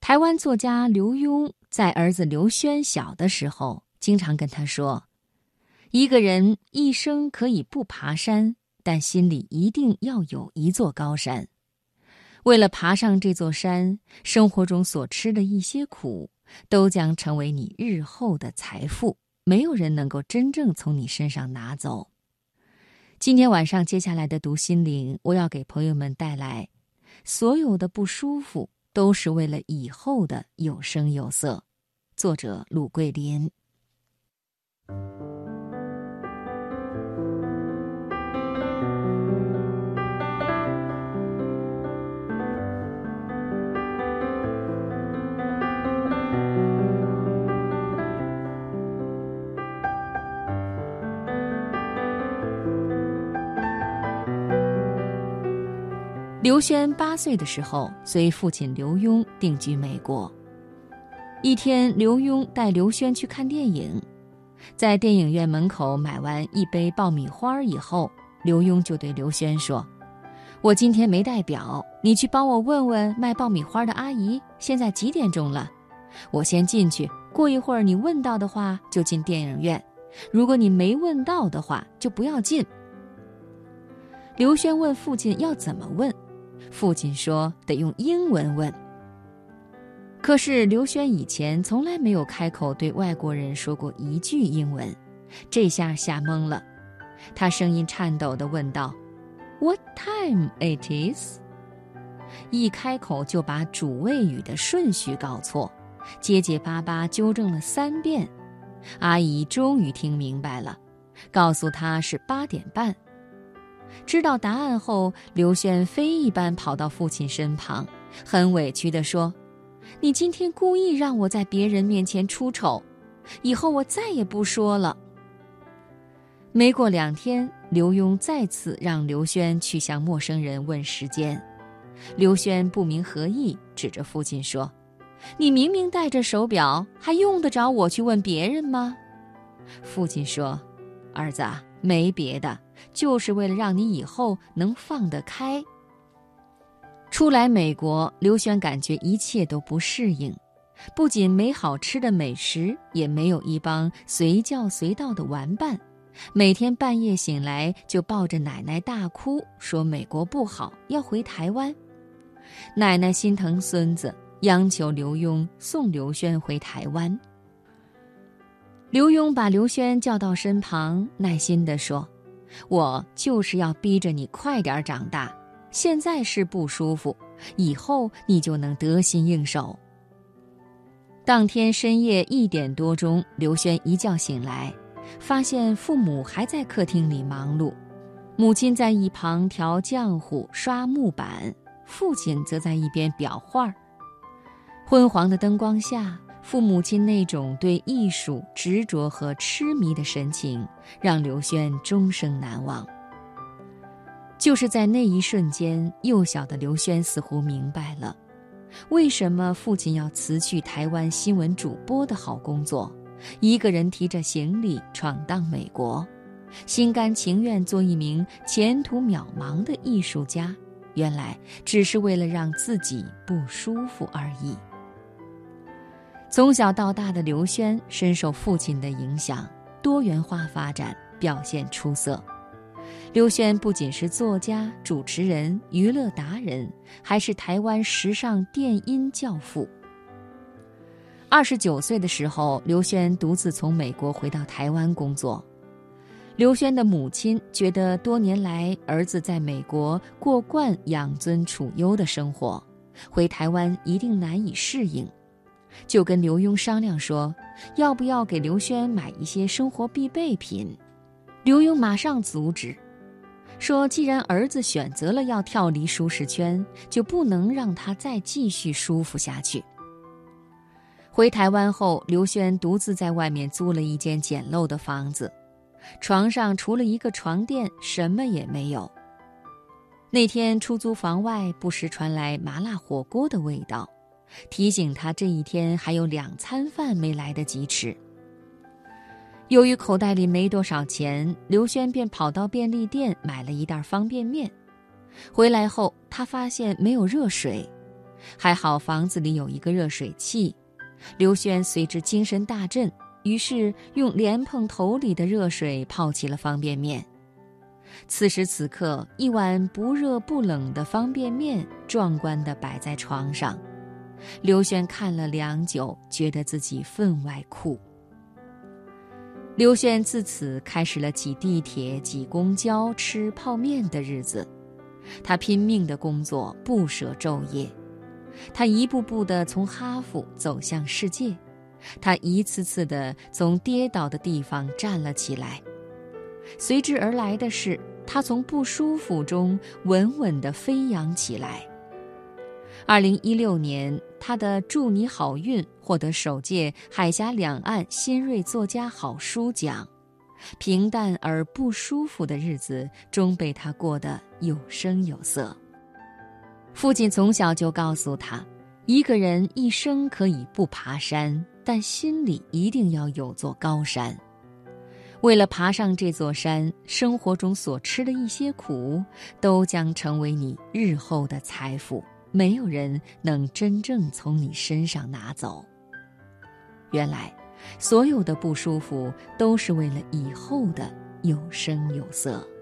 台湾作家刘墉在儿子刘轩小的时候，经常跟他说，一个人一生可以不爬山，但心里一定要有一座高山。为了爬上这座山，生活中所吃的一些苦，都将成为你日后的财富，没有人能够真正从你身上拿走。今天晚上接下来的读心灵，我要给朋友们带来，所有的不舒服都是为了以后的有声有色。作者鲁桂林。刘轩8岁的时候，随父亲刘墉定居美国。一天，刘墉带刘轩去看电影，在电影院门口买完一杯爆米花以后，刘墉就对刘轩说，我今天没带表，你去帮我问问卖爆米花的阿姨，现在几点钟了？我先进去，过一会儿你问到的话就进电影院，如果你没问到的话就不要进。刘轩问父亲要怎么问，父亲说得用英文问。可是刘轩以前从来没有开口对外国人说过一句英文，这下吓懵了。他声音颤抖地问道， What time it is？ 一开口就把主谓语的顺序搞错，结结巴巴纠正了3遍。阿姨终于听明白了，告诉他是8点半。知道答案后，刘轩飞一般跑到父亲身旁，很委屈地说，你今天故意让我在别人面前出丑，以后我再也不说了。没过2天，刘墉再次让刘轩去向陌生人问时间。刘轩不明何意，指着父亲说，你明明戴着手表，还用得着我去问别人吗？父亲说，儿子啊，没别的，就是为了让你以后能放得开。初来美国，刘轩感觉一切都不适应，不仅没好吃的美食，也没有一帮随叫随到的玩伴，每天半夜醒来就抱着奶奶大哭，说美国不好，要回台湾。奶奶心疼孙子，央求刘墉送刘轩回台湾。刘墉把刘轩叫到身旁，耐心地说，我就是要逼着你快点长大，现在是不舒服，以后你就能得心应手。当天深夜1点多钟，刘轩一觉醒来，发现父母还在客厅里忙碌，母亲在一旁调浆糊刷木板，父亲则在一边裱画。昏黄的灯光下，父母亲那种对艺术执着和痴迷的神情，让刘轩终生难忘。就是在那一瞬间，幼小的刘轩似乎明白了，为什么父亲要辞去台湾新闻主播的好工作，一个人提着行李闯荡美国，心甘情愿做一名前途渺茫的艺术家，原来只是为了让自己不舒服而已。从小到大的刘轩深受父亲的影响，多元化发展，表现出色。刘轩不仅是作家、主持人、娱乐达人，还是台湾时尚电音教父。29岁的时候，刘轩独自从美国回到台湾工作。刘轩的母亲觉得多年来儿子在美国过惯养尊处优的生活，回台湾一定难以适应，就跟刘墉商量说，要不要给刘轩买一些生活必备品。刘墉马上阻止，说既然儿子选择了要跳离舒适圈，就不能让他再继续舒服下去。回台湾后，刘轩独自在外面租了一间简陋的房子，床上除了一个床垫，什么也没有。那天出租房外不时传来麻辣火锅的味道，提醒他这一天还有2餐饭没来得及吃。由于口袋里没多少钱，刘轩便跑到便利店买了一袋方便面。回来后，他发现没有热水， 还好房子里有一个热水器，刘轩随之精神大振，于是用莲蓬头里的热水泡起了方便面。此时此刻，一碗不热不冷的方便面壮观地摆在床上，刘轩看了良久，觉得自己分外酷。刘轩自此开始了挤地铁、挤公交、吃泡面的日子。他拼命地工作，不舍昼夜。他一步步地从哈佛走向世界，他一次次地从跌倒的地方站了起来。随之而来的是，他从不舒服中稳稳地飞扬起来。2016年，他的《祝你好运》获得首届海峡两岸新锐作家好书奖。平淡而不舒服的日子终被他过得有声有色。父亲从小就告诉他，一个人一生可以不爬山，但心里一定要有座高山。为了爬上这座山，生活中所吃的一些苦，都将成为你日后的财富，没有人能真正从你身上拿走。原来，所有的不舒服都是为了以后的有声有色。